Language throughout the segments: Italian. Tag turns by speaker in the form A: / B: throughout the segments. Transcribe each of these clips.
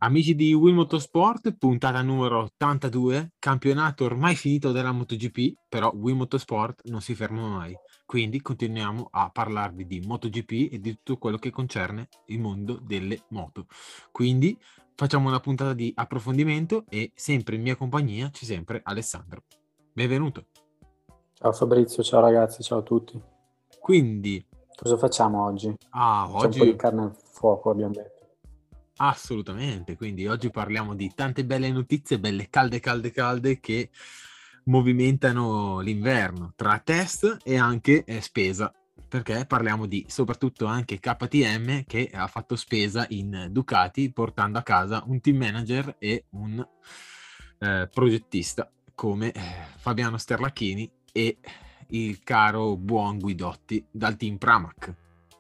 A: Amici di Wii Motorsport, puntata numero 82, campionato ormai finito della MotoGP, però Wii Motorsport non si ferma mai, quindi continuiamo a parlarvi di MotoGP e di tutto quello che concerne il mondo delle moto. Quindi facciamo una puntata di approfondimento e sempre in mia compagnia c'è sempre Alessandro. Benvenuto.
B: Ciao Fabrizio, ciao ragazzi, ciao a tutti.
A: Quindi,
B: Cosa facciamo oggi? C'è un po' di
A: oggi
B: carne al fuoco, abbiamo detto.
A: assolutamente, quindi oggi parliamo di tante belle notizie, belle calde, calde, calde che movimentano l'inverno tra test e anche spesa, perché parliamo di soprattutto anche KTM che ha fatto spesa in Ducati portando a casa un team manager e un progettista come Fabiano Sterlachini e il caro buon Guidotti dal team Pramac.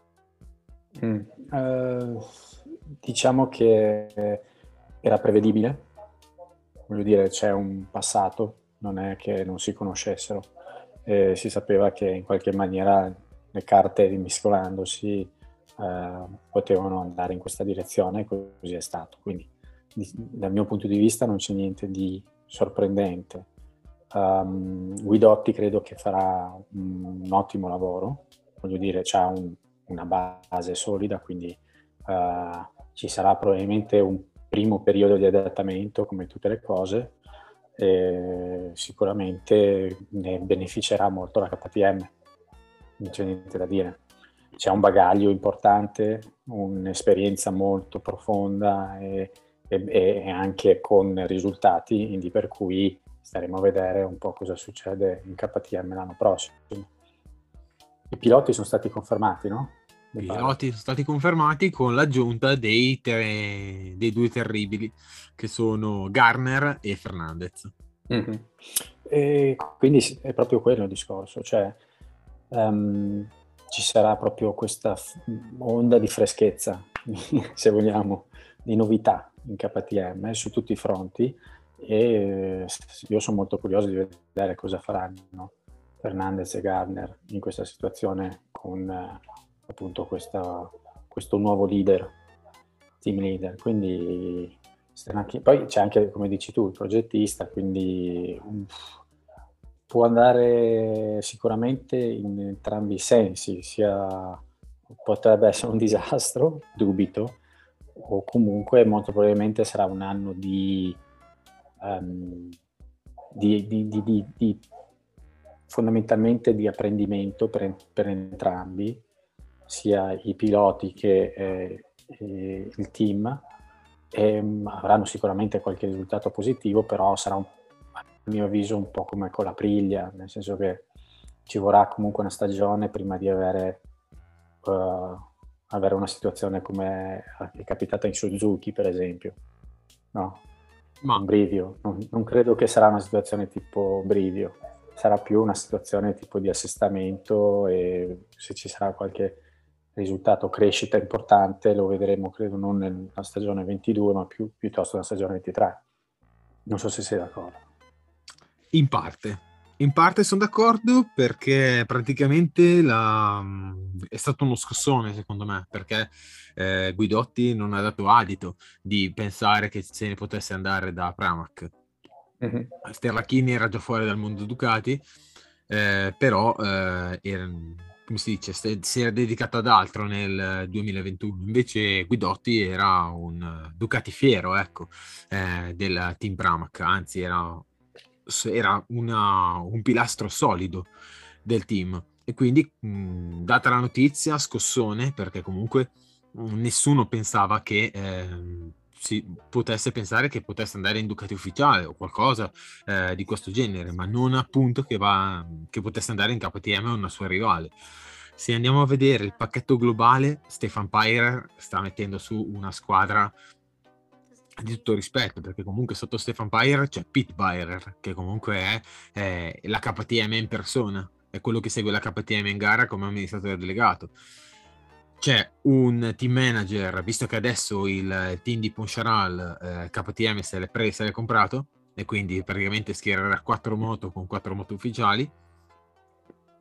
B: Mm. Eh, diciamo che era prevedibile, voglio dire, c'è un passato, non è che non si conoscessero, si sapeva che in qualche maniera le carte rimescolandosi potevano andare in questa direzione e così è stato. Quindi dal mio punto di vista non c'è niente di sorprendente. Guidotti credo che farà un ottimo lavoro, voglio dire, c'ha una base solida, quindi ci sarà probabilmente un primo periodo di adattamento come tutte le cose e sicuramente ne beneficerà molto la KTM, non c'è niente da dire. C'è un bagaglio importante, un'esperienza molto profonda e anche con risultati, quindi per cui staremo a vedere un po' cosa succede in KTM l'anno prossimo. I piloti sono stati confermati, no?
A: I
B: Mi pare.
A: piloti sono stati confermati con l'aggiunta dei due terribili che sono Garner e Fernandez.
B: Mm-hmm. E quindi è proprio quello il discorso, cioè ci sarà proprio questa onda di freschezza, se vogliamo, di novità in KTM su tutti i fronti e io sono molto curioso di vedere cosa faranno Fernandez e Gardner in questa situazione con appunto questo nuovo leader, team leader, quindi poi c'è anche, come dici tu, il progettista, quindi può andare sicuramente in entrambi i sensi, sia potrebbe essere un disastro, dubito, o comunque molto probabilmente sarà un anno um, di fondamentalmente di apprendimento per entrambi, sia i piloti che il team, e avranno sicuramente qualche risultato positivo, però sarà a mio avviso un po' come con la Aprilia, nel senso che ci vorrà comunque una stagione prima di avere una situazione come è capitata in Suzuki, per esempio, no?
A: Ma
B: Con Brivio. Non credo che sarà una situazione tipo Brivio, sarà più una situazione tipo di assestamento e se ci sarà qualche risultato, crescita importante, lo vedremo credo non nella stagione 22 ma piuttosto nella stagione 23. Non so se sei d'accordo.
A: in parte sono d'accordo perché praticamente è stato uno scossone secondo me, perché Guidotti non ha dato adito di pensare che se ne potesse andare da Pramac.
B: Mm-hmm.
A: Sterlachini era già fuori dal mondo Ducati, però come si dice, si era dedicato ad altro nel 2021. Invece Guidotti era un Ducati fiero, ecco, del team Pramac, anzi era un pilastro solido del team. E quindi, data la notizia, scossone, perché comunque nessuno pensava che si potesse pensare che potesse andare in Ducati ufficiale o qualcosa di questo genere, ma non appunto che potesse andare in KTM o una sua rivale. Se andiamo a vedere il pacchetto globale, Stefan Pairer sta mettendo su una squadra di tutto rispetto, perché comunque sotto Stefan Pairer c'è Pete Pairer, che comunque è la KTM in persona, è quello che segue la KTM in gara come amministratore delegato. C'è un team manager, visto che adesso il team di Poncharal KTM se l'è comprato e quindi praticamente schiererà 4 moto con 4 moto ufficiali.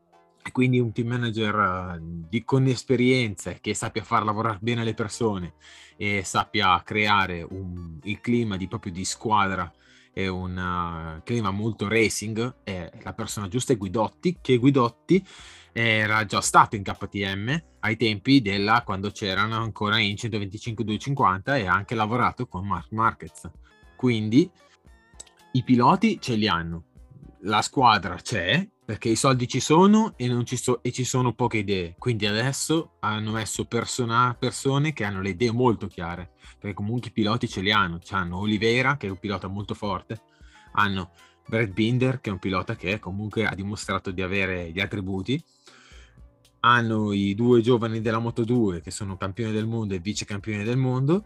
A: E quindi un team manager con esperienze, che sappia far lavorare bene le persone e sappia creare il clima proprio di squadra e un clima molto racing, è la persona giusta. È Guidotti, che Guidotti era già stato in KTM ai tempi quando c'erano ancora in 125-250, e ha anche lavorato con Marc Marquez. Quindi i piloti ce li hanno, la squadra c'è, perché i soldi ci sono e, non ci e ci sono poche idee. Quindi adesso hanno messo persone che hanno le idee molto chiare, perché comunque i piloti ce li hanno. C'hanno Oliveira, che è un pilota molto forte, hanno Brad Binder, che è un pilota che comunque ha dimostrato di avere gli attributi, hanno i due giovani della Moto2 che sono campioni del mondo e vice campioni del mondo,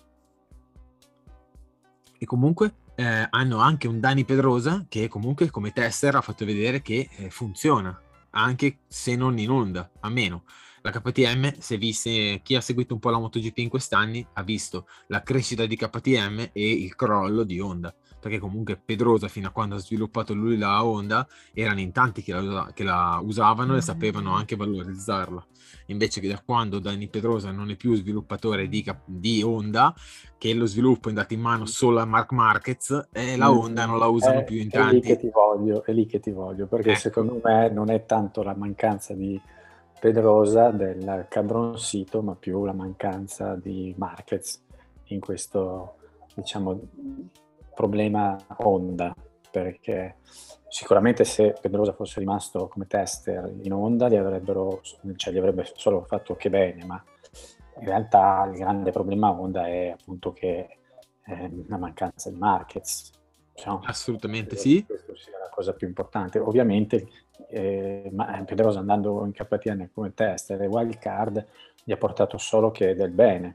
A: e comunque hanno anche un Dani Pedrosa che comunque come tester ha fatto vedere che funziona, anche se non in Honda, a meno. La KTM, chi ha seguito un po' la MotoGP in quest'anni, ha visto la crescita di KTM e il crollo di Honda, perché comunque Pedrosa, fino a quando ha sviluppato lui la Honda, erano in tanti che la usavano e sapevano anche valorizzarla. Invece che da quando Dani Pedrosa non è più sviluppatore di Honda, che lo sviluppo è andato in mano solo a Marc Marquez, e la Honda non la usano più in
B: È lì che
A: tanti.
B: ti voglio, è lì che ti voglio, perché
A: Ecco,
B: secondo me non è tanto la mancanza di Pedrosa del cabroncito, ma più la mancanza di Marquez in questo, diciamo, problema Honda, perché sicuramente se Pedrosa fosse rimasto come tester in Honda gli avrebbe solo fatto che bene, ma in realtà il grande problema Honda è appunto che la mancanza di Marquez. No,
A: assolutamente
B: credo che
A: sì.
B: questa sia la cosa più importante. Ovviamente Pedrosa andando in KTM come tester e wild card gli ha portato solo che del bene,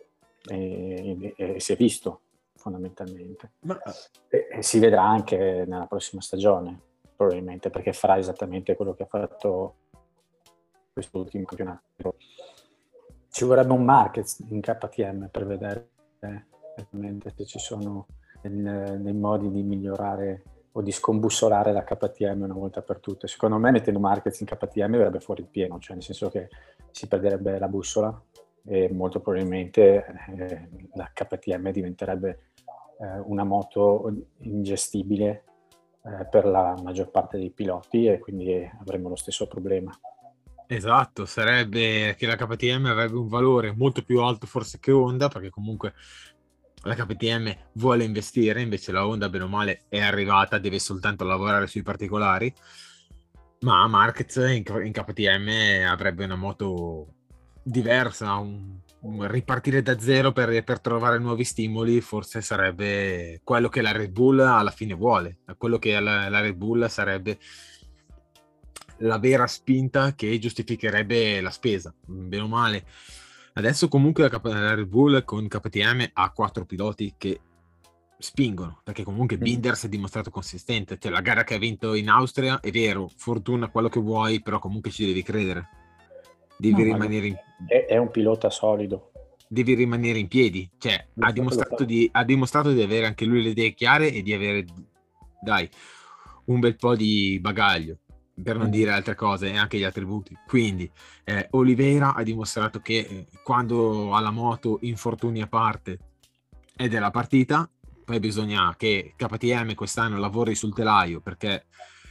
B: e si è visto fondamentalmente.
A: Ma
B: E si vedrà anche nella prossima stagione, probabilmente, perché farà esattamente quello che ha fatto quest'ultimo campionato. Ci vorrebbe un Marquez in KTM per vedere se ci sono dei modi di migliorare o di scombussolare la KTM una volta per tutte. Secondo me mettendo Marquez in KTM verrebbe fuori il pieno, cioè nel senso che si perderebbe la bussola e molto probabilmente la KTM diventerebbe una moto ingestibile per la maggior parte dei piloti, e quindi avremmo lo stesso problema.
A: esatto, sarebbe che la KTM avrebbe un valore molto più alto forse che Honda, perché comunque la KTM vuole investire, invece la Honda bene o male è arrivata, deve soltanto lavorare sui particolari. Ma Marquez in KTM avrebbe una moto diversa, ripartire da zero per trovare nuovi stimoli. Forse sarebbe quello che la Red Bull alla fine vuole, quello che la Red Bull sarebbe la vera spinta che giustificherebbe la spesa, bene o male. Adesso comunque la Red Bull con KTM ha 4 piloti che spingono, perché comunque Binder si è dimostrato consistente. Cioè, la gara che ha vinto in Austria, è vero, fortuna, quello che vuoi, però comunque ci devi credere. Devi
B: No,
A: rimanere
B: è un pilota solido.
A: devi rimanere in piedi. Cioè, ha dimostrato di avere anche lui le idee chiare e di avere, dai, un bel po' di bagaglio, per non dire altre cose, e anche gli attributi. Quindi Oliveira ha dimostrato che quando ha la moto, infortuni a parte, è della partita. Poi bisogna che KTM quest'anno lavori sul telaio, perché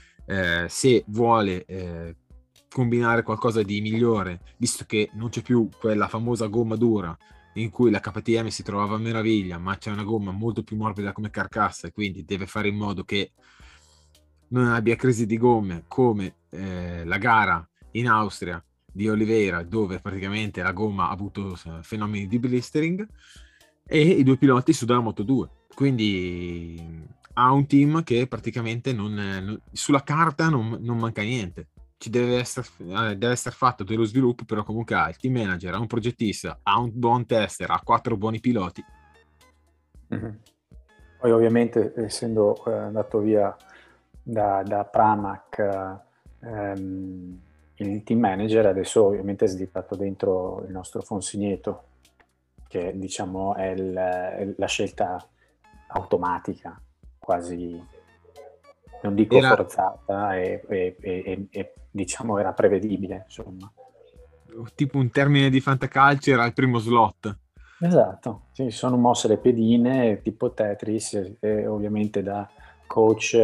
A: se vuole combinare qualcosa di migliore, visto che non c'è più quella famosa gomma dura in cui la KTM si trovava a meraviglia, ma c'è una gomma molto più morbida come carcassa, e quindi deve fare in modo che non abbia crisi di gomme come la gara in Austria di Oliveira, dove praticamente la gomma ha avuto fenomeni di blistering, e i due piloti su della Moto2. Quindi ha un team che praticamente sulla carta non manca niente. Deve essere fatto dello sviluppo, però comunque ha il team manager, ha un progettista, ha un buon tester, ha 4 buoni piloti.
B: Poi ovviamente essendo andato via da Pramac il team manager, adesso ovviamente è slittato dentro il nostro Fonsigneto, che diciamo è la scelta automatica, quasi non dico
A: Era
B: forzata, e diciamo era prevedibile, insomma.
A: tipo un termine di fantacalcio, era il primo slot.
B: Esatto, sì, sono mosse le pedine tipo Tetris, e ovviamente da coach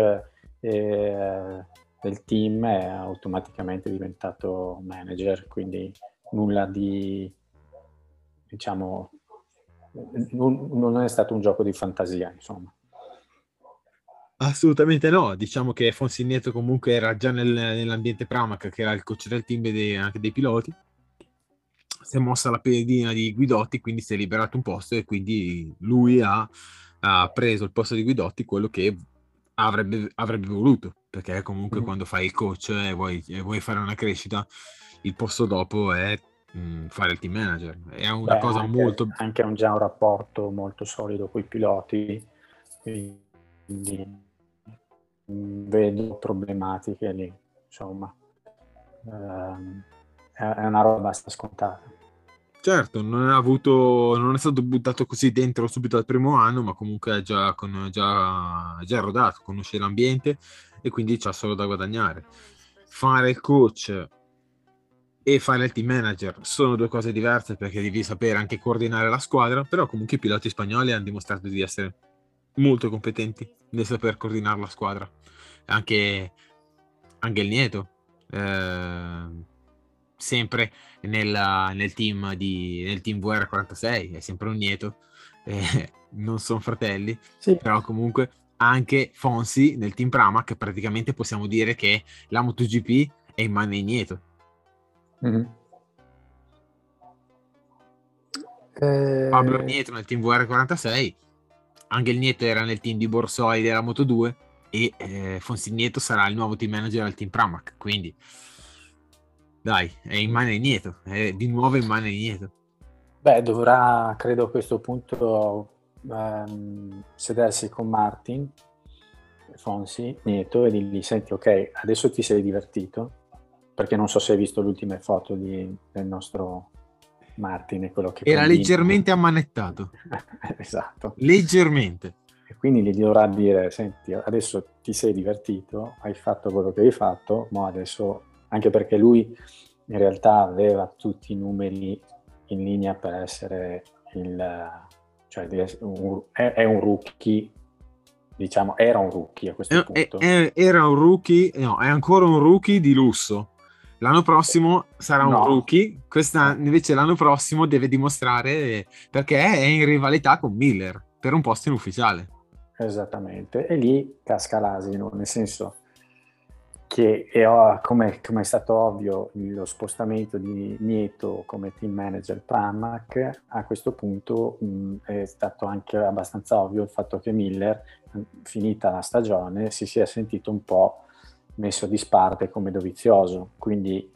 B: del team è automaticamente diventato manager, quindi nulla di, diciamo, non è stato un gioco di fantasia, insomma.
A: Assolutamente no, diciamo che Fonsi Nieto comunque era già nell'ambiente Pramac, che era il coach del team e anche dei piloti. Si è mossa la pedina di Guidotti, quindi si è liberato un posto e quindi lui ha preso il posto di Guidotti, quello che avrebbe voluto, perché comunque
B: Mm.
A: quando fai il coach e vuoi fare una crescita, il posto dopo è fare il team manager. È una
B: Beh,
A: cosa molto...
B: anche già un rapporto molto solido con i piloti, quindi vedo problematiche lì, insomma. È una roba abbastanza scontata.
A: Certo, non è stato buttato così dentro subito al primo anno, ma comunque è già rodato, conosce l'ambiente e quindi c'ha solo da guadagnare. Fare il coach e fare il team manager sono due cose diverse perché devi sapere anche coordinare la squadra, però comunque i piloti spagnoli hanno dimostrato di essere molto competenti nel saper coordinare la squadra. Anche, anche il Nieto, sempre nel team VR46, è sempre un Nieto, non sono fratelli,
B: Sì.
A: però comunque anche Fonsi nel team Pramac praticamente possiamo dire che la MotoGP è in mano di Nieto.
B: Mhm.
A: Pablo
B: Eh,
A: Nieto nel team VR46, anche il Nieto era nel team di Borsoi della Moto2 e Fonsi Nieto sarà il nuovo team manager al team Pramac, quindi dai, è in mano di Nieto, è di nuovo in mano di Nieto.
B: Beh, dovrà, credo a questo punto, sedersi con Martin, Fonsi, Nieto, e dirgli: senti, ok, adesso ti sei divertito, perché non so se hai visto le ultime foto del nostro Martin, e quello che
A: Era
B: combina.
A: leggermente ammanettato,
B: Esatto.
A: leggermente.
B: E quindi gli dovrà dire: senti, adesso ti sei divertito, hai fatto quello che hai fatto, ma adesso, anche perché lui in realtà aveva tutti i numeri in linea per essere cioè è un rookie, diciamo, era un rookie a questo punto.
A: Era un rookie, no, è ancora un rookie di lusso. L'anno prossimo sarà un
B: No.
A: rookie, invece l'anno prossimo deve dimostrare perché è in rivalità con Miller per un posto in ufficiale.
B: Esattamente, e lì casca l'asino, nel senso che come è stato ovvio lo spostamento di Nieto come team manager Pramac, a questo punto è stato anche abbastanza ovvio il fatto che Miller, finita la stagione, si sia sentito un po' messo a disparte come dovizioso, quindi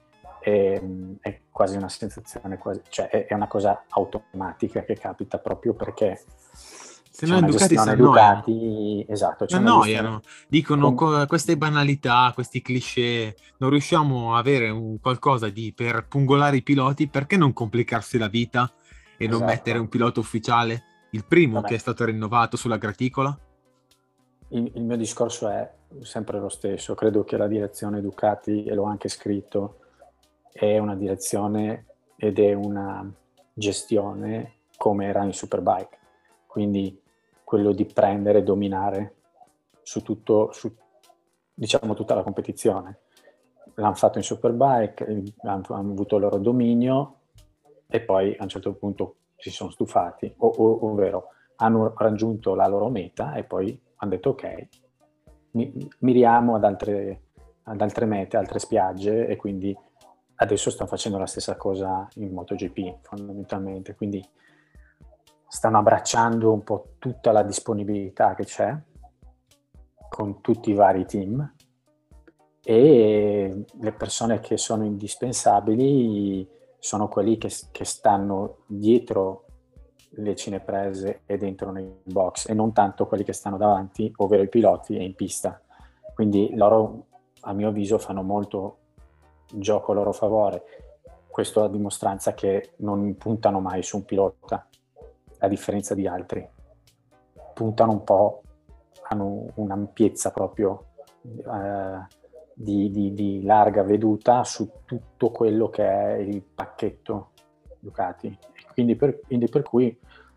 B: è quasi una sensazione, cioè è una cosa automatica che capita proprio perché
A: Se
B: c'è
A: no, i
B: una
A: Ducati si
B: gestione
A: annoiano.
B: Ducati, esatto,
A: Si
B: c'è una gestione
A: annoiano, dicono queste banalità, questi cliché, non riusciamo a avere un qualcosa per pungolare i piloti, perché non complicarsi la vita e non mettere un
B: esatto.
A: pilota ufficiale, il primo che
B: Vabbè,
A: è stato rinnovato sulla graticola?
B: il mio discorso è sempre lo stesso, credo che la direzione Ducati, e l'ho anche scritto, è una direzione ed è una gestione come era in Superbike, quindi quello di prendere e dominare su diciamo tutta la competizione. L'hanno fatto in Superbike, hanno avuto il loro dominio e poi a un certo punto si sono stufati, ovvero hanno raggiunto la loro meta e poi hanno detto: ok, miriamo ad altre mete, altre spiagge, e quindi adesso stanno facendo la stessa cosa in MotoGP fondamentalmente, quindi stanno abbracciando un po' tutta la disponibilità che c'è con tutti i vari team, e le persone che sono indispensabili sono quelli che stanno dietro le cineprese e dentro nei box, e non tanto quelli che stanno davanti, ovvero i piloti e in pista. Quindi loro, a mio avviso, fanno molto gioco a loro favore. Questo a dimostranza che non puntano mai su un pilota, a differenza di altri. Puntano un po', hanno un'ampiezza proprio di larga veduta su tutto quello che è il pacchetto Ducati. Quindi per cui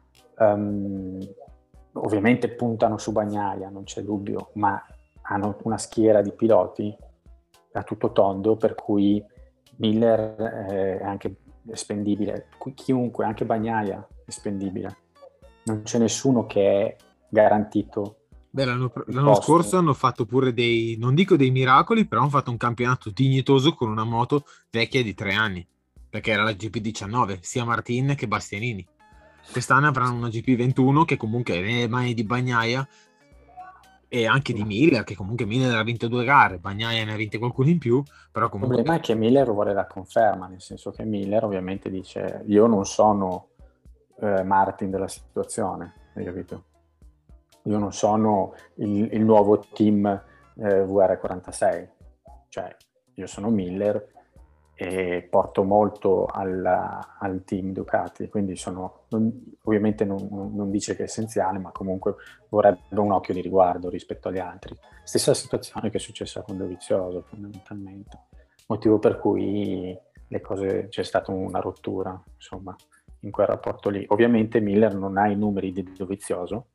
B: ovviamente puntano su Bagnaia, non c'è dubbio, ma hanno una schiera di piloti a tutto tondo, per cui Miller è anche spendibile, chiunque, anche Bagnaia è spendibile. Non c'è nessuno che è garantito.
A: Beh, l'anno scorso hanno fatto pure non dico dei miracoli, però hanno fatto un campionato dignitoso con una moto vecchia di 3 anni, perché era la GP19, sia Martin che Bastianini. Quest'anno avranno una GP21 che comunque è nelle mani di Bagnaia e anche di Miller, che comunque Miller ha vinto 2 gare, Bagnaia ne ha vinte qualcuno in più, però comunque...
B: Il problema è che Miller vuole la conferma, nel senso che Miller ovviamente dice io non sono Martin della situazione, hai capito? Io non sono il nuovo team VR46, cioè io sono Miller e porto molto al team Ducati, quindi ovviamente non dice che è essenziale, ma comunque vorrebbe un occhio di riguardo rispetto agli altri. Stessa situazione che è successa con Dovizioso fondamentalmente, motivo per cui c'è stata una rottura, insomma, in quel rapporto lì. Ovviamente Miller non ha i numeri di Dovizioso,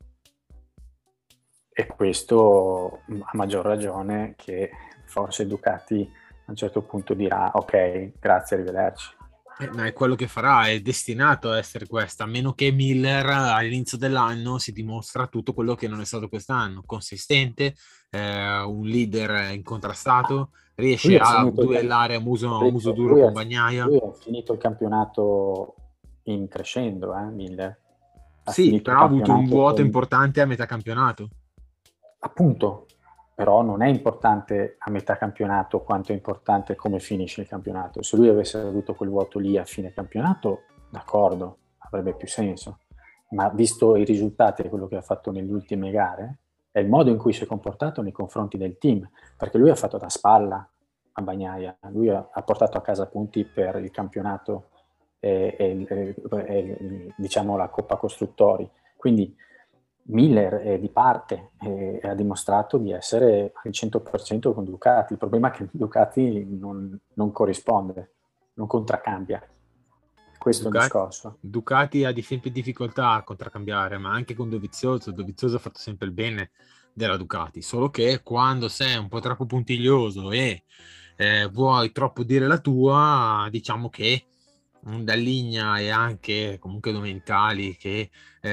B: e questo a maggior ragione che forse Ducati a un certo punto dirà ok, grazie, arrivederci.
A: Ma è quello che farà, è destinato a essere questa, a meno che Miller all'inizio dell'anno si dimostra tutto quello che non è stato quest'anno, consistente, un leader incontrastato, riesce a duellare a muso duro con Bagnaia.
B: Lui ha finito il campionato in crescendo, Miller.
A: Sì, però ha avuto un vuoto importante a metà campionato.
B: Appunto, però non è importante a metà campionato quanto è importante come finisce il campionato. Se lui avesse avuto quel vuoto lì a fine campionato, d'accordo, avrebbe più senso. Ma visto i risultati e quello che ha fatto nelle ultime gare, è il modo in cui si è comportato nei confronti del team, perché lui ha fatto da spalla a Bagnaia, lui ha portato a casa punti per il campionato e diciamo la Coppa Costruttori. Quindi Miller è di parte e ha dimostrato di essere al 100% con Ducati. Il problema è che Ducati non corrisponde, non contraccambia. Questo è il discorso.
A: Ducati ha sempre difficoltà a contraccambiare, ma anche con Dovizioso ha fatto sempre il bene della Ducati, solo che quando sei un po' troppo puntiglioso e vuoi troppo dire la tua, diciamo che Dall'Igna e anche comunque Domenicali che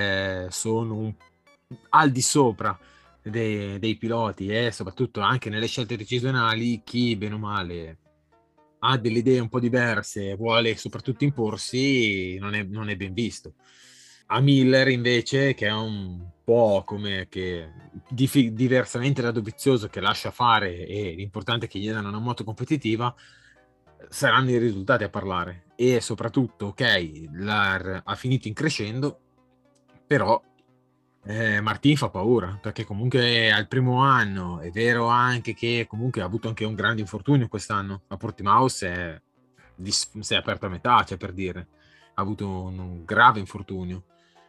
A: sono al di sopra dei piloti e soprattutto anche nelle scelte decisionali, chi bene o male ha delle idee un po' diverse e vuole soprattutto imporsi, non è ben visto. A Miller invece, che è un po' come che diversamente da Dovizioso, che lascia fare e l'importante è che gli danno una moto competitiva, saranno i risultati a parlare. E soprattutto, ok, l'AR ha finito in crescendo, però Martin fa paura, perché comunque al primo anno è vero anche che comunque ha avuto anche un grande infortunio quest'anno. A Portimao si è aperto a metà, cioè per dire, ha avuto un grave infortunio.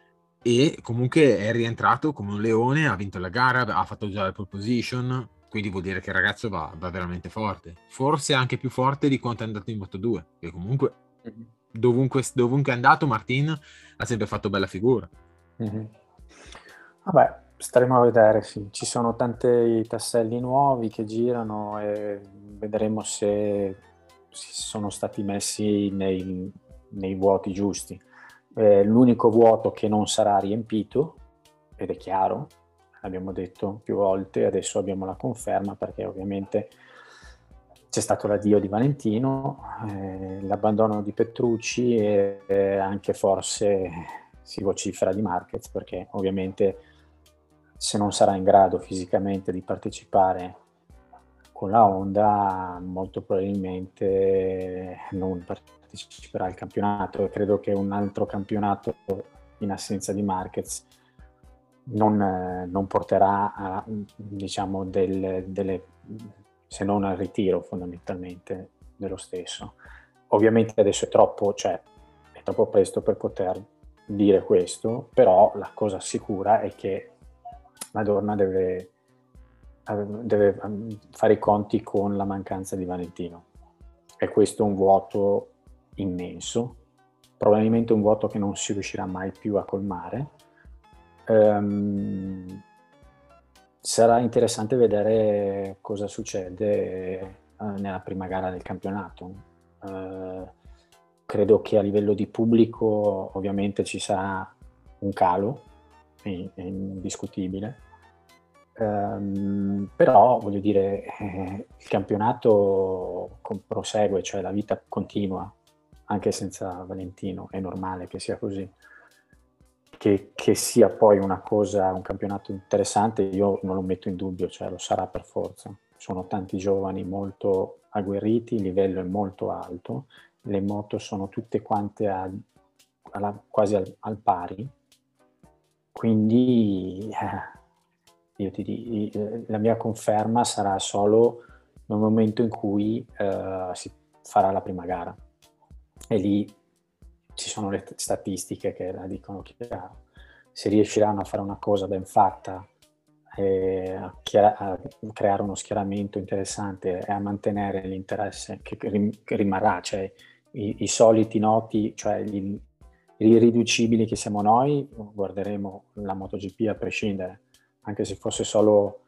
A: E comunque è rientrato come un leone, ha vinto la gara, ha fatto già la pole position, quindi vuol dire che il ragazzo va veramente forte. Forse anche più forte di quanto è andato in Moto2, che comunque dovunque è andato Martin ha sempre fatto bella figura.
B: Mm-hmm. Vabbè, staremo a vedere, sì. Ci sono tanti tasselli nuovi che girano e vedremo se sono stati messi nei vuoti giusti. L'unico vuoto che non sarà riempito, ed è chiaro, l'abbiamo detto più volte, adesso abbiamo la conferma perché ovviamente c'è stato l'addio di Valentino, l'abbandono di Petrucci e anche forse si vocifera di Marquez, perché ovviamente se non sarà in grado fisicamente di partecipare con la Honda, molto probabilmente non parteciperà al campionato, e credo che un altro campionato in assenza di Marquez non porterà a, diciamo, delle se non al ritiro fondamentalmente dello stesso. Ovviamente adesso è troppo presto per poter dire questo, però la cosa sicura è che Madonna deve deve fare i conti con la mancanza di Valentino. E questo è un vuoto immenso, probabilmente un vuoto che non si riuscirà mai più a colmare. Sarà interessante vedere cosa succede nella prima gara del campionato. Credo che a livello di pubblico ovviamente ci sarà un calo, è indiscutibile. Però voglio dire, il campionato prosegue, cioè la vita continua anche senza Valentino, è normale che sia così. Che sia poi una cosa, un campionato interessante, io non lo metto in dubbio, cioè lo sarà per forza. Sono tanti giovani molto agguerriti, il livello è molto alto, le moto sono tutte quante quasi al pari, quindi io la mia conferma sarà solo nel momento in cui si farà la prima gara, e lì ci sono le statistiche che la dicono chiaro. Se riusciranno a fare una cosa ben fatta, a creare uno schieramento interessante e a mantenere l'interesse che rimarrà, cioè i soliti noti, cioè gli irriducibili che siamo noi, guarderemo la MotoGP a prescindere, anche se fosse solo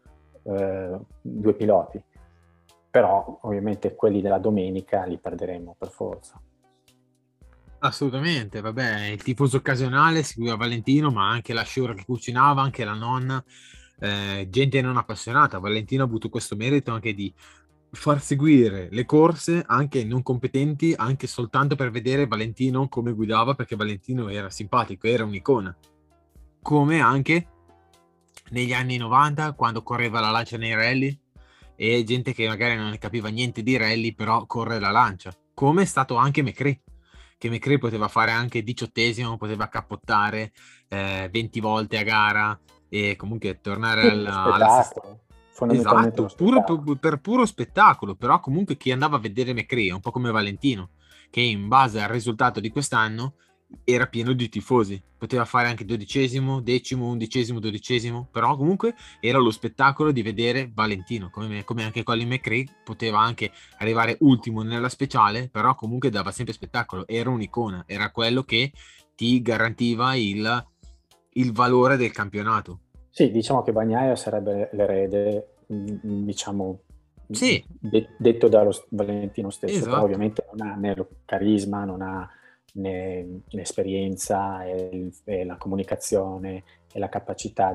B: 2 piloti, però ovviamente quelli della domenica li perderemo per forza.
A: Assolutamente, vabbè, il tifoso occasionale seguiva Valentino, ma anche la Sciura che cucinava, anche la nonna, gente non appassionata. Valentino ha avuto questo merito anche di far seguire le corse anche ai non competenti, anche soltanto per vedere Valentino come guidava, perché Valentino era simpatico, era un'icona. Come anche negli anni 90, quando correva la Lancia nei rally, e gente che magari non ne capiva niente di rally, però corre la Lancia. Come è stato anche McRae, che McRae poteva fare anche 18esimo, poteva cappottare 20 volte a gara e comunque tornare alla
B: Spettacolo, fondamentalmente
A: esatto,
B: uno spettacolo.
A: per puro spettacolo, però comunque chi andava a vedere McRae, un po' come Valentino, che in base al risultato di quest'anno era pieno di tifosi, poteva fare anche 12esimo, 10°, 11°, 12°, però comunque era lo spettacolo di vedere Valentino, come anche Colin McRae poteva anche arrivare ultimo nella speciale, però comunque dava sempre spettacolo, era un'icona, era quello che ti garantiva il valore del campionato.
B: Sì, diciamo che Bagnaia sarebbe l'erede, diciamo,
A: Sì,
B: detto dallo Valentino stesso, però
A: esatto.
B: ovviamente non ha né lo carisma, non ha né l'esperienza e la comunicazione e la capacità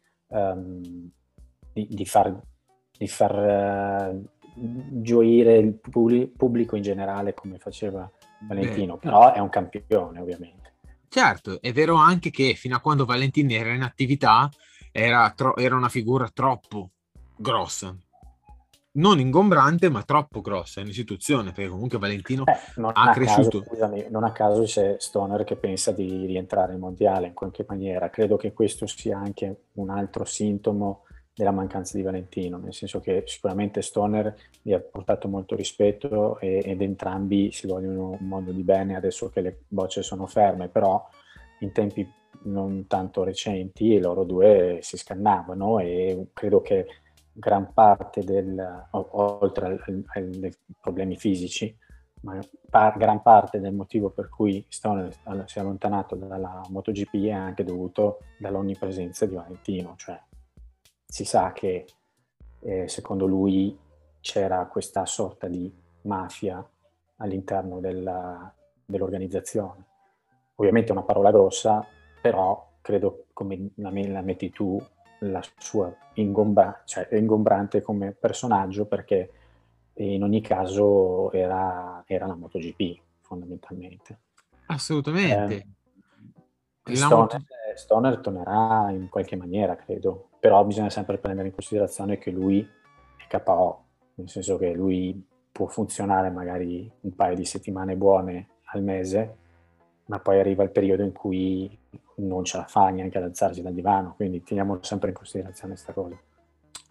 B: di far gioire il pubblico in generale come faceva
A: Beh,
B: Valentino, però è un campione ovviamente.
A: certo, è vero anche che fino a quando Valentini era in attività era una figura troppo grossa, non ingombrante, ma troppo grossa in istituzione, perché comunque Valentino
B: Non
A: ha
B: a caso,
A: cresciuto.
B: scusami, non a caso c'è Stoner che pensa di rientrare in mondiale in qualche maniera. Credo che questo sia anche un altro sintomo della mancanza di Valentino, nel senso che sicuramente Stoner gli ha portato molto rispetto ed entrambi si vogliono un mondo di bene adesso che le bocce sono ferme, però in tempi non tanto recenti loro due si scannavano e credo che gran parte oltre ai problemi fisici, ma gran parte del motivo per cui Stoner si è allontanato dalla MotoGP è anche dovuto dall'onnipresenza di Valentino, cioè si sa che secondo lui c'era questa sorta di mafia all'interno dell'organizzazione. Ovviamente è una parola grossa, però credo, come la metti tu, la sua cioè è ingombrante come personaggio, perché in ogni caso era la MotoGP fondamentalmente. Eh,
A: Assolutamente. La
B: Stoner,
A: moto-
B: Stoner tornerà in qualche maniera, credo, però bisogna sempre prendere in considerazione che lui è KO, nel senso che lui può funzionare magari un paio di settimane buone al mese, ma poi arriva il periodo in cui non ce la fa neanche ad alzarsi dal divano, quindi teniamo sempre in considerazione questa cosa.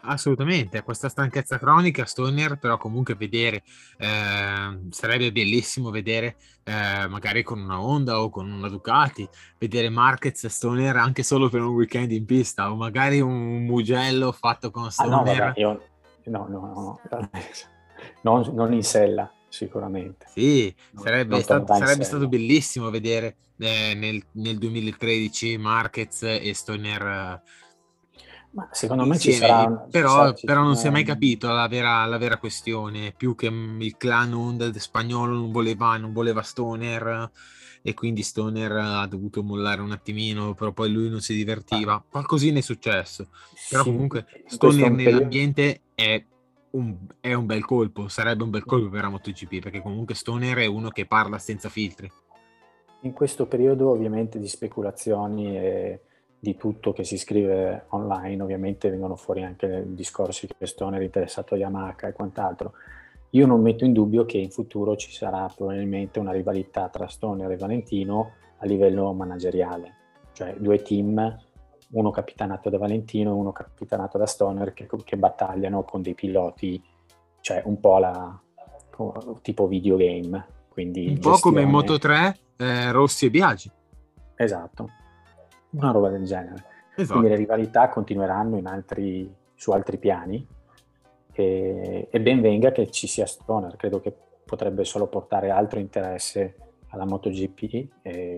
A: Assolutamente, questa stanchezza cronica, Stoner, però comunque vedere, sarebbe bellissimo vedere, magari con una Honda o con una Ducati, vedere Marquez e Stoner anche solo per un weekend in pista, o magari un Mugello fatto con
B: Ah no, vabbè,
A: Stoner.
B: io no, no, no, non in sella, sicuramente.
A: Sì,
B: Non tornerà in
A: sarebbe stato
B: sella.
A: bellissimo vedere nel 2013 Marquez e Stoner
B: Ma secondo me
A: insieme, però non si è
B: sarà
A: mai capito la vera questione, più che il clan Honda spagnolo non voleva Stoner e quindi Stoner ha dovuto mollare un attimino, però poi lui non si
B: ah,
A: divertiva, qualcosina è successo, però
B: sì,
A: comunque
B: in questo
A: Stoner
B: un periodo.
A: nell'ambiente è un bel colpo, sarebbe un bel colpo per la MotoGP, perché comunque Stoner è uno che parla senza filtri.
B: In questo periodo ovviamente di speculazioni e di tutto che si scrive online, ovviamente vengono fuori anche discorsi che Stoner è interessato a Yamaha e quant'altro. Io non metto in dubbio che in futuro ci sarà probabilmente una rivalità tra Stoner e Valentino a livello manageriale, cioè due team, uno capitanato da Valentino e uno capitanato da Stoner che battagliano con dei piloti, cioè un po' tipo videogame, quindi
A: Un po' come in
B: gestione.
A: Moto 3, Rossi e Biaggi.
B: Esatto, una roba del genere. Quindi le
A: Esatto.
B: rivalità continueranno su altri piani e ben venga che ci sia Stoner, credo che potrebbe solo portare altro interesse alla MotoGP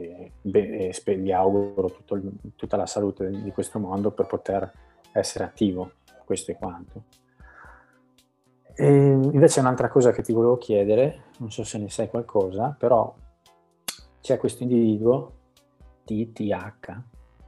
B: gli auguro tutta la salute di questo mondo per poter essere attivo, questo è quanto. E invece un'altra cosa che ti volevo chiedere, non so se ne sai qualcosa, però c'è questo individuo, TTH,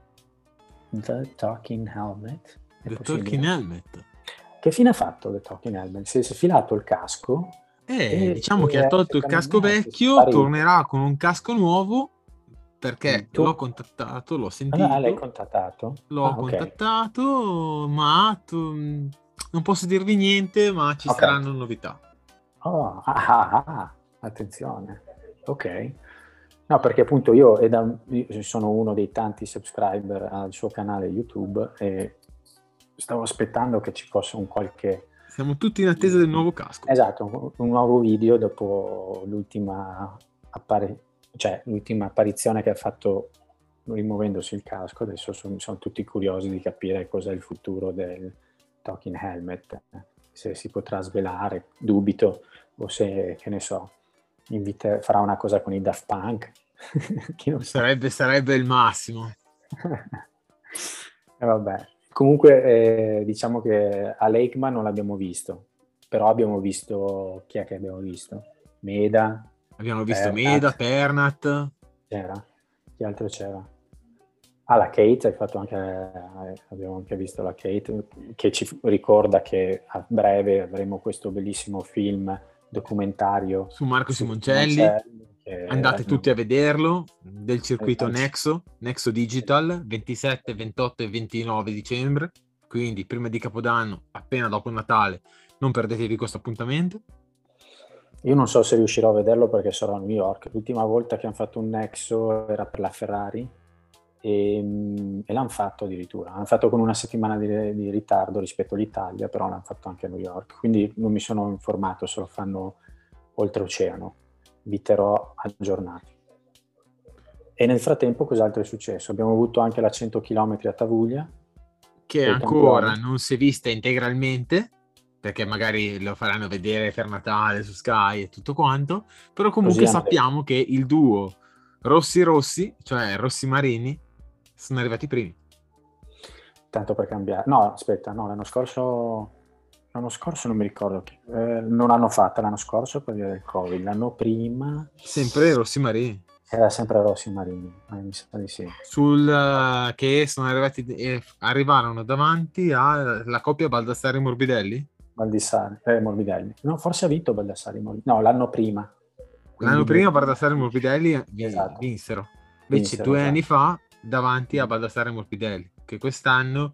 B: The Talking Helmet, è
A: The Talking
B: possibile?
A: Helmet.
B: Che fine ha fatto The Talking Helmet? Si è filato il casco
A: Diciamo che ha tolto il
B: secondo
A: casco
B: me è
A: vecchio,
B: sparito.
A: tornerà con un casco nuovo perché
B: Tu
A: l'ho contattato,
B: l'hai contattato?
A: l'ho
B: Ah, ok.
A: contattato, ma non posso dirvi niente, ma ci
B: Ok.
A: saranno novità.
B: Oh, attenzione. Ok. No, perché appunto io sono uno dei tanti subscriber al suo canale YouTube e stavo aspettando che ci fosse un qualche.
A: Siamo tutti in attesa del nuovo casco.
B: Esatto, un nuovo video dopo appari- l'ultima apparizione che ha fatto rimuovendosi il casco. Adesso sono tutti curiosi di capire cos'è il futuro del Talking Helmet, se si potrà svelare, dubito, o se, che ne so, farà una cosa con i Daft Punk, chi lo sa.
A: Sarebbe il massimo.
B: E vabbè. Comunque diciamo che a Lakeman non l'abbiamo visto, però abbiamo visto, chi è che abbiamo visto? Meda,
A: Abbiamo visto Meda,
B: Pernat,
A: Pernat.
B: c'era? Chi altro c'era? Ah, la Kate, abbiamo anche visto la Kate, che ci ricorda che a breve avremo questo bellissimo film documentario
A: Su Marco
B: su
A: Simoncelli.
B: Simoncelli, che
A: Andate tutti a vederlo, del circuito
B: anzi,
A: Nexo Digital, 27, 28 e 29 dicembre, quindi prima di Capodanno, appena dopo Natale, non perdetevi questo appuntamento.
B: io non so se riuscirò a vederlo perché sarò a New York. L'ultima volta che hanno fatto un Nexo era per la Ferrari e l'hanno fatto addirittura. L'hanno fatto con una settimana di ritardo rispetto all'Italia, però l'hanno fatto anche a New York. Quindi non mi sono informato se lo fanno oltreoceano. Vi terrò aggiornati. E nel frattempo cos'altro è successo? Abbiamo avuto anche la 100 km a Tavuglia
A: Che
B: dei
A: ancora
B: campioni.
A: non si è vista integralmente, perché magari lo faranno vedere per Natale su Sky e tutto quanto, però
B: Così
A: comunque
B: hanno detto.
A: sappiamo che il duo Rossi, cioè Rossi Marini, sono arrivati primi.
B: Tanto per cambiare. No, aspetta, no, l'anno scorso non mi ricordo non l'hanno fatta l'anno scorso per via del Covid, l'anno prima
A: Sempre Rossi Marini.
B: era sempre Rossi Marini, mi sa di sì.
A: Che sono arrivati arrivarono davanti alla coppia Baldassari Morbidelli
B: Baldassari, Morbidelli. No, forse ha vinto Baldassari Morbidelli. No, l'anno prima.
A: l'anno
B: Quindi
A: prima Baldassari Morbidelli
B: esatto,
A: vinsero, invece
B: vinsero,
A: 2 anni
B: esatto.
A: fa davanti a Baldassari Morbidelli, che quest'anno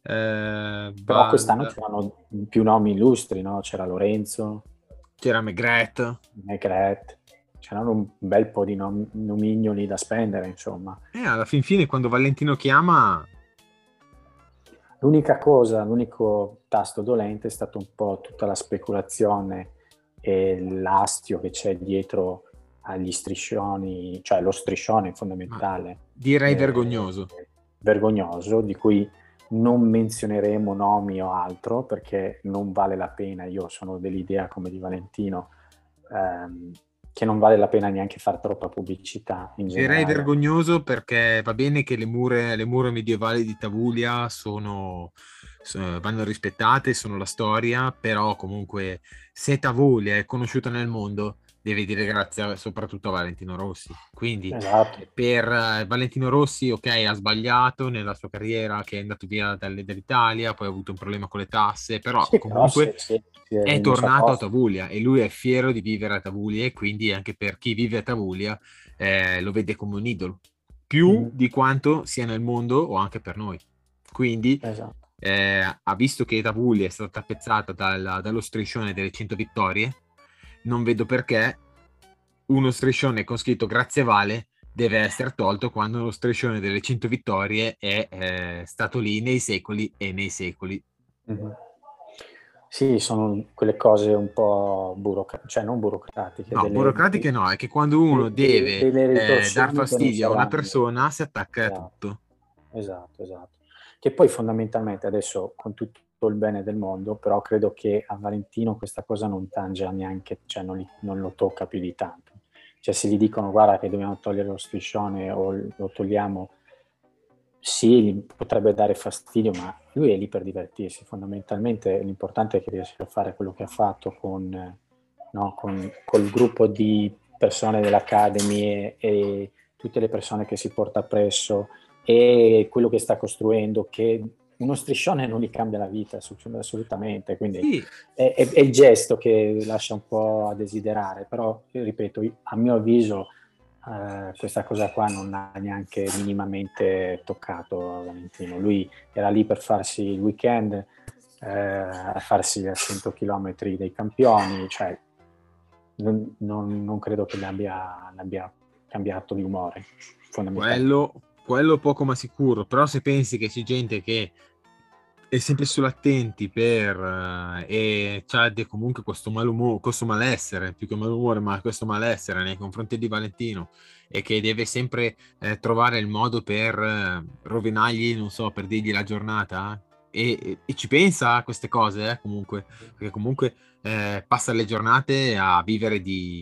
B: Però quest'anno c'erano più nomi illustri, no? C'era Lorenzo,
A: c'era McGrath.
B: Negret, c'erano un bel po' di nomignoli da spendere, insomma.
A: E alla fin fine quando Valentino chiama
B: l'unico tasto dolente è stato un po' tutta la speculazione e l'astio che c'è dietro agli striscioni, cioè lo striscione
A: Ma
B: fondamentale,
A: direi
B: eh,
A: vergognoso.
B: vergognoso, di cui non menzioneremo nomi o altro perché non vale la pena. Io sono dell'idea, come di Valentino, che non vale la pena neanche fare troppa pubblicità in
A: Direi
B: generale.
A: vergognoso perché va bene che le mura medievali di Tavulia vanno rispettate, sono la storia, però comunque se Tavulia è conosciuta nel mondo, deve dire grazie soprattutto a Valentino Rossi. Quindi
B: Esatto.
A: per Valentino Rossi, ok, ha sbagliato nella sua carriera, che è andato via dall'Italia, poi ha avuto un problema con le tasse, però
B: Sì, però
A: comunque
B: si è
A: è
B: rimesso a
A: tornato a
B: posto.
A: Tavulia e lui è fiero di vivere a Tavulia e quindi anche per chi vive a Tavulia lo vede come un idolo, più
B: Mhm.
A: di quanto sia nel mondo o anche per noi. Quindi
B: Esatto.
A: ha visto che Tavulia è stata tappezzata dallo striscione delle 100 vittorie, non vedo perché uno striscione con scritto Grazie Vale deve essere tolto quando lo striscione delle 100 vittorie è stato lì nei secoli e nei secoli.
B: Mhm. Sì, sono quelle cose un po' cioè non burocratiche,
A: No, burocratiche no, è che quando uno deve
B: delle
A: dar
B: ritorsioni che non
A: fastidio a una
B: servono a niente.
A: persona si attacca a
B: Esatto,
A: tutto.
B: esatto, esatto. Che poi fondamentalmente adesso, con tutto il bene del mondo, però credo che a Valentino questa cosa non tange neanche, cioè non lo tocca più di tanto. Cioè se gli dicono guarda che dobbiamo togliere lo striscione o lo togliamo, sì, gli potrebbe dare fastidio, ma lui è lì per divertirsi. Fondamentalmente l'importante è che riesca a fare quello che ha fatto no, col gruppo di persone dell'Academy e tutte le persone che si porta appresso e quello che sta costruendo, che uno striscione non gli cambia la vita assolutamente, quindi
A: Sì,
B: è il gesto che lascia un po' a desiderare, però ripeto, a mio avviso questa cosa qua non ha neanche minimamente toccato Valentino. Lui era lì per farsi il weekend, a farsi a 100 km dei campioni, cioè non credo che l'abbia cambiato di umore, fondamentalmente.
A: quello poco ma sicuro, però se pensi che c'è gente che è sempre sull'attenti e c'ha comunque questo malumore, questo malessere, più che malumore, ma questo malessere nei confronti di Valentino e che deve sempre trovare il modo per rovinargli, non so, per dirgli la giornata e ci pensa a queste cose, comunque, perché comunque passa le giornate a vivere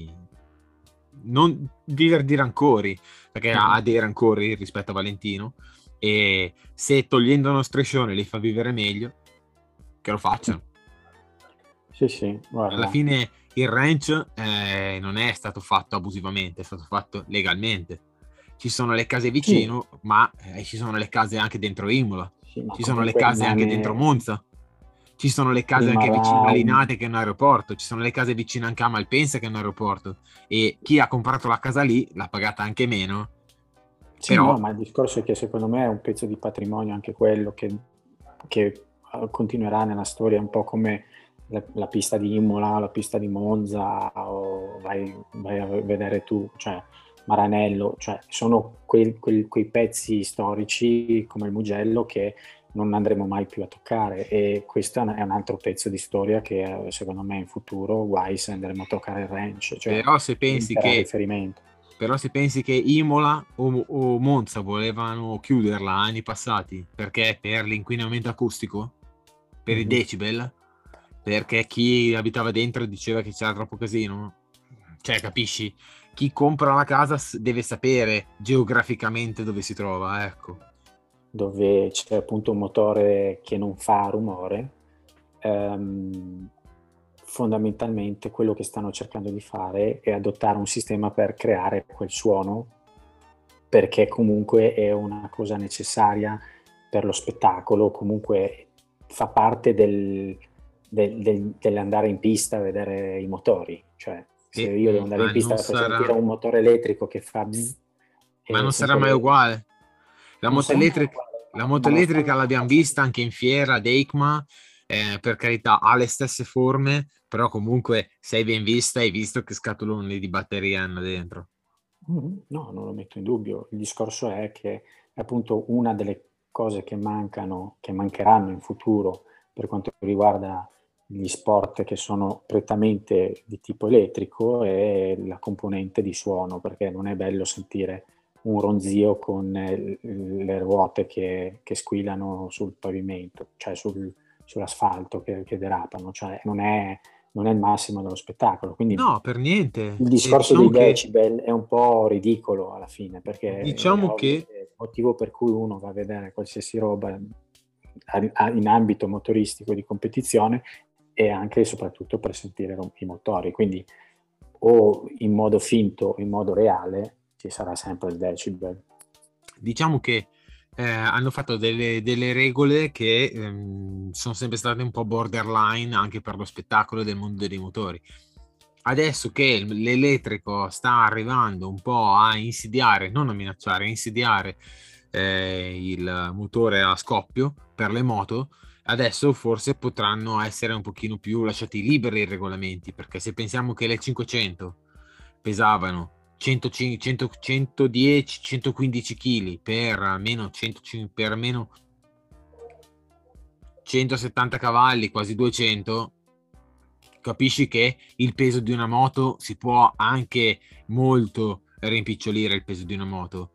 A: non vivere di rancori, perché ha
B: Mhm.
A: dei rancori rispetto a Valentino e se togliendo uno striscione li fa vivere meglio, che lo facciano.
B: Sì, sì,
A: Alla
B: guarda.
A: fine il ranch non è stato fatto abusivamente, è stato fatto legalmente. Ci sono le case
B: Sì,
A: vicino, ma ci sono le case anche dentro Imola,
B: sì, ma
A: ci sono le
B: comunque
A: case anche dentro Monza, ci sono le case anche vicino a
B: rimarrà un...
A: Linate che è un aeroporto, ci sono le case vicino anche a Malpensa che è un aeroporto e chi ha comprato la casa lì l'ha pagata anche meno,
B: Sì,
A: però
B: no, ma il discorso è che secondo me è un pezzo di patrimonio anche quello che continuerà nella storia, un po' come la pista di Imola, la pista di Monza, o vai a vedere tu, cioè Maranello, cioè sono quei pezzi storici come il Mugello che non andremo mai più a toccare e questo è un altro pezzo di storia che secondo me in futuro, guai se andremo a toccare il ranch, cioè
A: Però se pensi
B: diventerà
A: che,
B: riferimento.
A: però se pensi che Imola o Monza volevano chiuderla anni passati perché per l'inquinamento acustico, per i
B: Mhm.
A: decibel, perché chi abitava dentro diceva che c'era troppo casino, cioè capisci? Chi compra la casa deve sapere geograficamente dove si trova, ecco.
B: Dove c'è appunto un motore che non fa rumore, ehm, fondamentalmente quello che stanno cercando di fare è adottare un sistema per creare quel suono, perché comunque è una cosa necessaria per lo spettacolo, comunque fa parte dell'andare in pista a vedere i motori, cioè se
A: Sì,
B: io devo andare in pista per sentire un motore elettrico che fa bzz,
A: ma non sarà
B: sento
A: mai
B: le...
A: uguale. La
B: Non
A: moto
B: sarà mai
A: elettrica,
B: uguale,
A: la moto
B: ma lo stanno
A: elettrica l'abbiamo vista
B: facendo.
A: anche in fiera ad EICMA, per carità ha le stesse forme, però comunque sei ben vista e hai visto che scatoloni di batteria hanno dentro.
B: No, non lo metto in dubbio. Il discorso è che è appunto una delle cose che mancano, che mancheranno in futuro per quanto riguarda gli sport che sono prettamente di tipo elettrico è la componente di suono, perché non è bello sentire un ronzio con le ruote che squillano sul pavimento, cioè sull'asfalto che derapano, cioè non è il massimo dello spettacolo. Quindi
A: No, per niente.
B: il
A: E
B: discorso dei decibel è un po' ridicolo alla fine, perché è
A: diciamo
B: ovvio
A: che
B: che il motivo per cui uno va a vedere qualsiasi roba in ambito motoristico di competizione è anche e soprattutto per sentire i motori, quindi o in modo finto o in modo reale ci sarà sempre il decibel.
A: diciamo che hanno fatto delle regole che sono sempre state un po' borderline anche per lo spettacolo del mondo dei motori. Adesso che l'elettrico sta arrivando un po' a insidiare, non a minacciare, a insidiare il motore a scoppio per le moto, adesso forse potranno essere un pochino più lasciati liberi i regolamenti, perché se pensiamo che le 500 pesavano 105, 100, 110, 115 kg per meno, 105, per meno 170 cavalli, quasi 200, capisci che il peso di una moto si può anche molto rimpicciolire il peso di una moto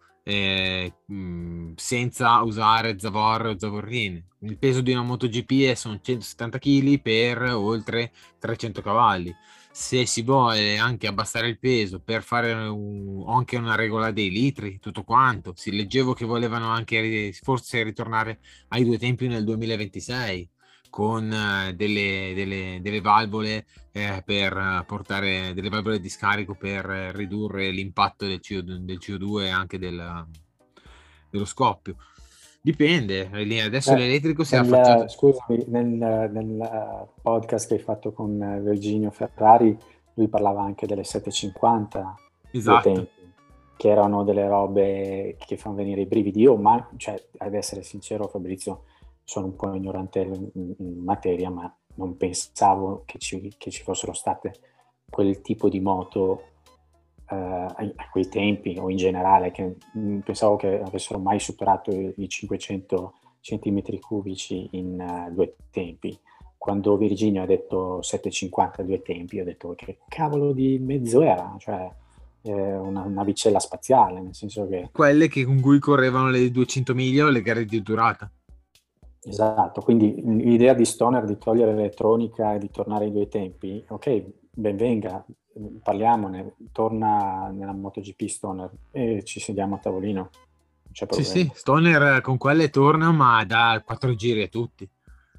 A: senza usare Zavor o Zavorrin. Il peso di una MotoGP sono 170 kg per oltre 300 cavalli. Se si vuole anche abbassare il peso per fare anche una regola dei litri, tutto quanto, si leggevo che volevano anche forse ritornare ai due tempi nel 2026 con delle valvole per portare delle valvole di scarico per ridurre l'impatto del CO2 e anche dello scoppio. Dipende, adesso l'elettrico si è affacciato.
B: Scusami, nel podcast che hai fatto con Virginio Ferrari, lui parlava anche delle 750 due
A: Esatto.
B: tempi, che erano delle robe che fanno venire i brividi. Io, cioè, ad essere sincero, Fabrizio, sono un po' ignorante in materia, ma non pensavo che ci fossero state quel tipo di moto a quei tempi o in generale, che pensavo che avessero mai superato i 500 centimetri cubici in due tempi. Quando Virginio ha detto 750 due tempi, ho detto che cavolo di mezzo era, cioè una navicella spaziale, nel senso che...
A: Quelle con cui correvano le 200 miglia o le gare di durata.
B: Esatto, quindi l'idea di Stoner di togliere l'elettronica e di tornare ai due tempi, ok, ben venga, parliamone, torna nella MotoGP Stoner e ci sediamo a tavolino, non c'è
A: Sì,
B: problema.
A: sì, Stoner con quelle torna, ma da 4 giri a tutti.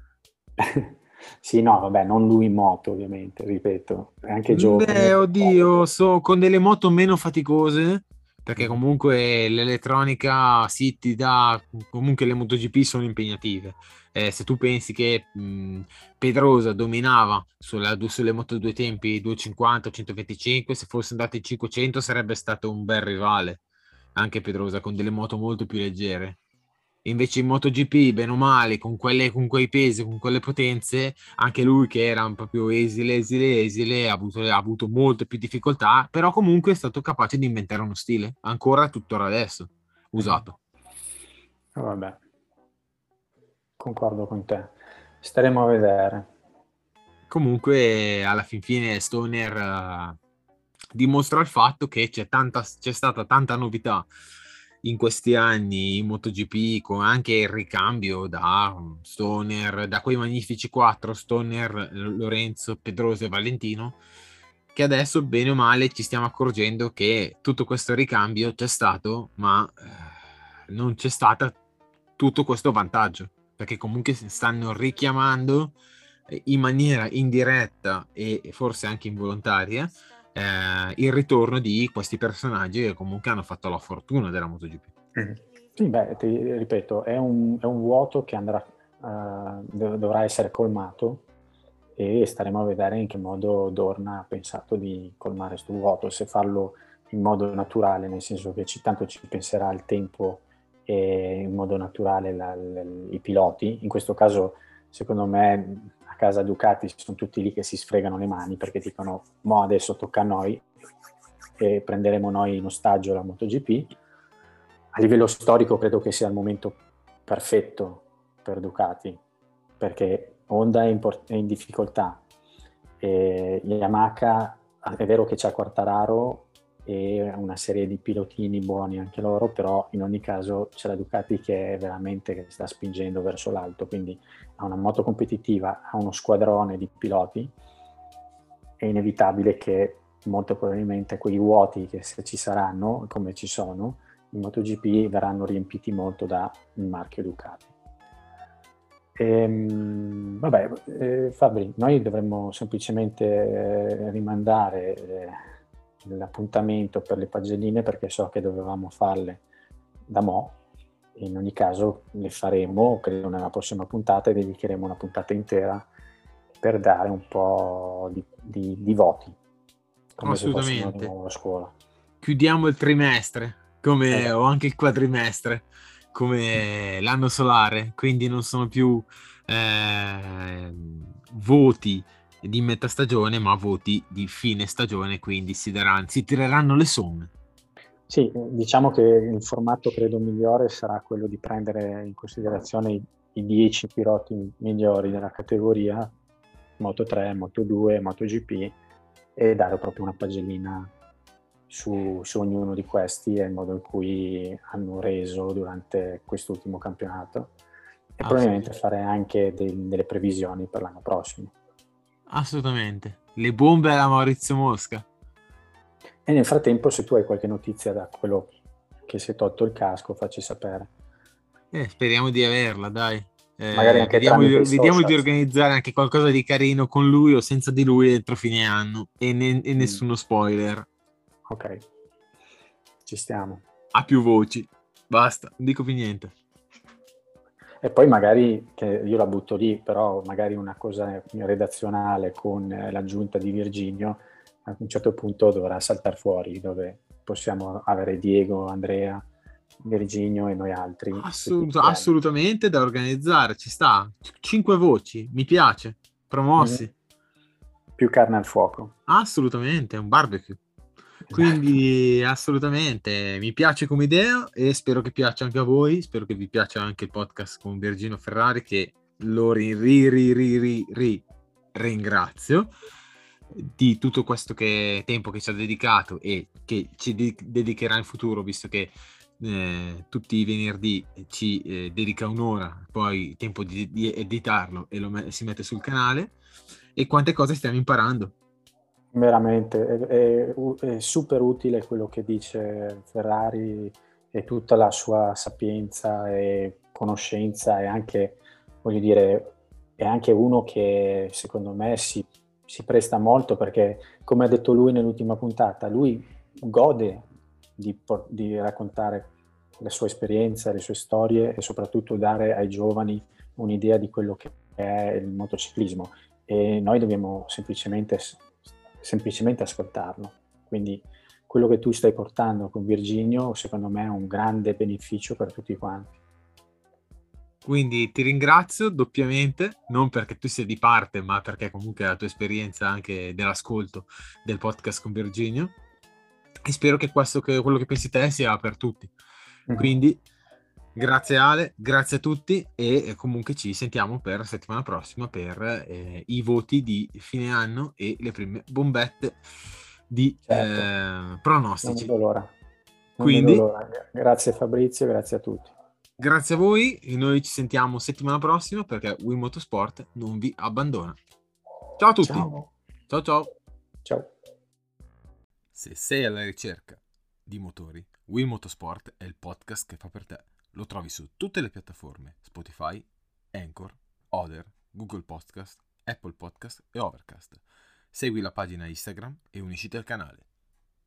B: Sì, no, vabbè, non lui in moto ovviamente, ripeto, è anche giovane.
A: Beh, oddio, con delle moto meno faticose, perché
B: Mm.
A: comunque l'elettronica sì ti dà, comunque le MotoGP sono impegnative. Se tu pensi che Pedrosa dominava sulle moto due tempi 250 o 125, se fosse andato in 500 sarebbe stato un bel rivale, anche Pedrosa con delle moto molto più leggere. Invece in MotoGP, bene o male, con quei pesi, con quelle potenze, anche lui che era proprio esile, ha avuto molte più difficoltà, però comunque è stato capace di inventare uno stile, ancora tuttora adesso, usato.
B: Vabbè, concordo con te. Staremo a vedere.
A: Comunque, alla fin fine, Stoner dimostra il fatto che c'è stata tanta novità in questi anni in MotoGP, con anche il ricambio da Stoner, da quei magnifici quattro, Stoner, Lorenzo, Pedrosa e Valentino, che adesso, bene o male, ci stiamo accorgendo che tutto questo ricambio c'è stato, ma non c'è stato tutto questo vantaggio, perché comunque si stanno richiamando in maniera indiretta e forse anche involontaria il ritorno di questi personaggi che comunque hanno fatto la fortuna della MotoGP.
B: Mm. Sì, beh, ti ripeto, è un vuoto che dovrà essere colmato e staremo a vedere in che modo Dorna ha pensato di colmare questo vuoto, se farlo in modo naturale, nel senso che tanto ci penserà il tempo e in modo naturale i piloti. In questo caso, secondo me, a casa Ducati sono tutti lì che si sfregano le mani perché dicono: mo adesso tocca a noi e prenderemo noi in ostaggio la MotoGP. A livello storico credo che sia il momento perfetto per Ducati, perché Honda è in difficoltà, e Yamaha è vero che c'ha Quartararo e una serie di pilotini buoni anche loro, però in ogni caso c'è la Ducati che è veramente che sta spingendo verso l'alto, quindi ha una moto competitiva, ha uno squadrone di piloti, è inevitabile che molto probabilmente quei vuoti che se ci saranno, come ci sono, in MotoGP verranno riempiti molto dal marchio Ducati. Fabri, noi dovremmo semplicemente rimandare l'appuntamento per le pagelline, perché so che dovevamo farle da mo'. In ogni caso le faremo, credo, nella prossima puntata, e dedicheremo una puntata intera per dare un po' di voti, come se fossimo di
A: Assolutamente.
B: nuovo a scuola.
A: Chiudiamo il trimestre, come, o
B: Esatto.
A: anche il quadrimestre, come l'anno solare, quindi non sono più voti di metà stagione, ma voti di fine stagione, quindi si tireranno le somme.
B: Sì, diciamo che il formato credo migliore sarà quello di prendere in considerazione i 10 piloti migliori della categoria Moto 3, Moto 2, MotoGP, e dare proprio una pagellina su ognuno di questi e il modo in cui hanno reso durante quest'ultimo campionato, e probabilmente fare anche delle previsioni per l'anno prossimo.
A: Assolutamente. Le bombe alla Maurizio Mosca.
B: E nel frattempo, se tu hai qualche notizia da quello che si è tolto il casco, facci sapere.
A: Speriamo di averla, dai.
B: Magari anche tramite i
A: Vediamo di
B: social.
A: organizzare anche qualcosa di carino con lui o senza di lui entro fine anno. E
B: Mm.
A: nessuno spoiler.
B: Ok, ci stiamo.
A: A più voci. Basta, non dico più niente.
B: E poi magari, che io la butto lì, però magari una cosa redazionale con l'aggiunta di Virginio, a un certo punto dovrà saltare fuori, dove possiamo avere Diego, Andrea, Virginio e noi altri tutti insieme.
A: Assolutamente da organizzare, ci sta. 5 voci, mi piace. Promossi.
B: Più carne al fuoco.
A: Assolutamente, è un barbecue.
B: Esatto.
A: Quindi assolutamente mi piace come idea e spero che piaccia anche a voi. Spero che vi piaccia anche il podcast con Virginio Ferrari, che lo ringrazio di tutto questo tempo che ci ha dedicato e che ci dedicherà in futuro, visto che tutti i venerdì ci dedica un'ora, poi tempo di editarlo e si mette sul canale. E quante cose stiamo imparando.
B: Veramente, è super utile quello che dice Ferrari, e tutta la sua sapienza e conoscenza, e anche, voglio dire, è anche uno che secondo me si presta molto, perché, come ha detto lui nell'ultima puntata, lui gode di raccontare la sua esperienza, le sue storie, e soprattutto dare ai giovani un'idea di quello che è il motociclismo, e noi dobbiamo semplicemente ascoltarlo. Quindi quello che tu stai portando con Virginio, secondo me, è un grande beneficio per tutti quanti.
A: Quindi ti ringrazio doppiamente, non perché tu sia di parte, ma perché comunque la tua esperienza anche dell'ascolto del podcast con Virginio. E spero che quello che pensi te sia per tutti. Quindi grazie Ale, grazie a tutti, e comunque ci sentiamo per la settimana prossima per i voti di fine anno e le prime bombette di
B: Certo. Non
A: pronostici.
B: vedo l'ora. Non vedo
A: Quindi
B: l'ora. Grazie Fabrizio, grazie a tutti.
A: grazie a voi e noi ci sentiamo settimana prossima, perché Wii Motorsport non vi abbandona. Ciao a tutti.
B: Ciao.
A: Ciao ciao.
B: Ciao.
A: Se sei alla ricerca di motori, Wii Motorsport è il podcast che fa per te. Lo trovi su tutte le piattaforme: Spotify, Anchor, Other, Google Podcast, Apple Podcast e Overcast. Segui la pagina Instagram e unisciti al canale.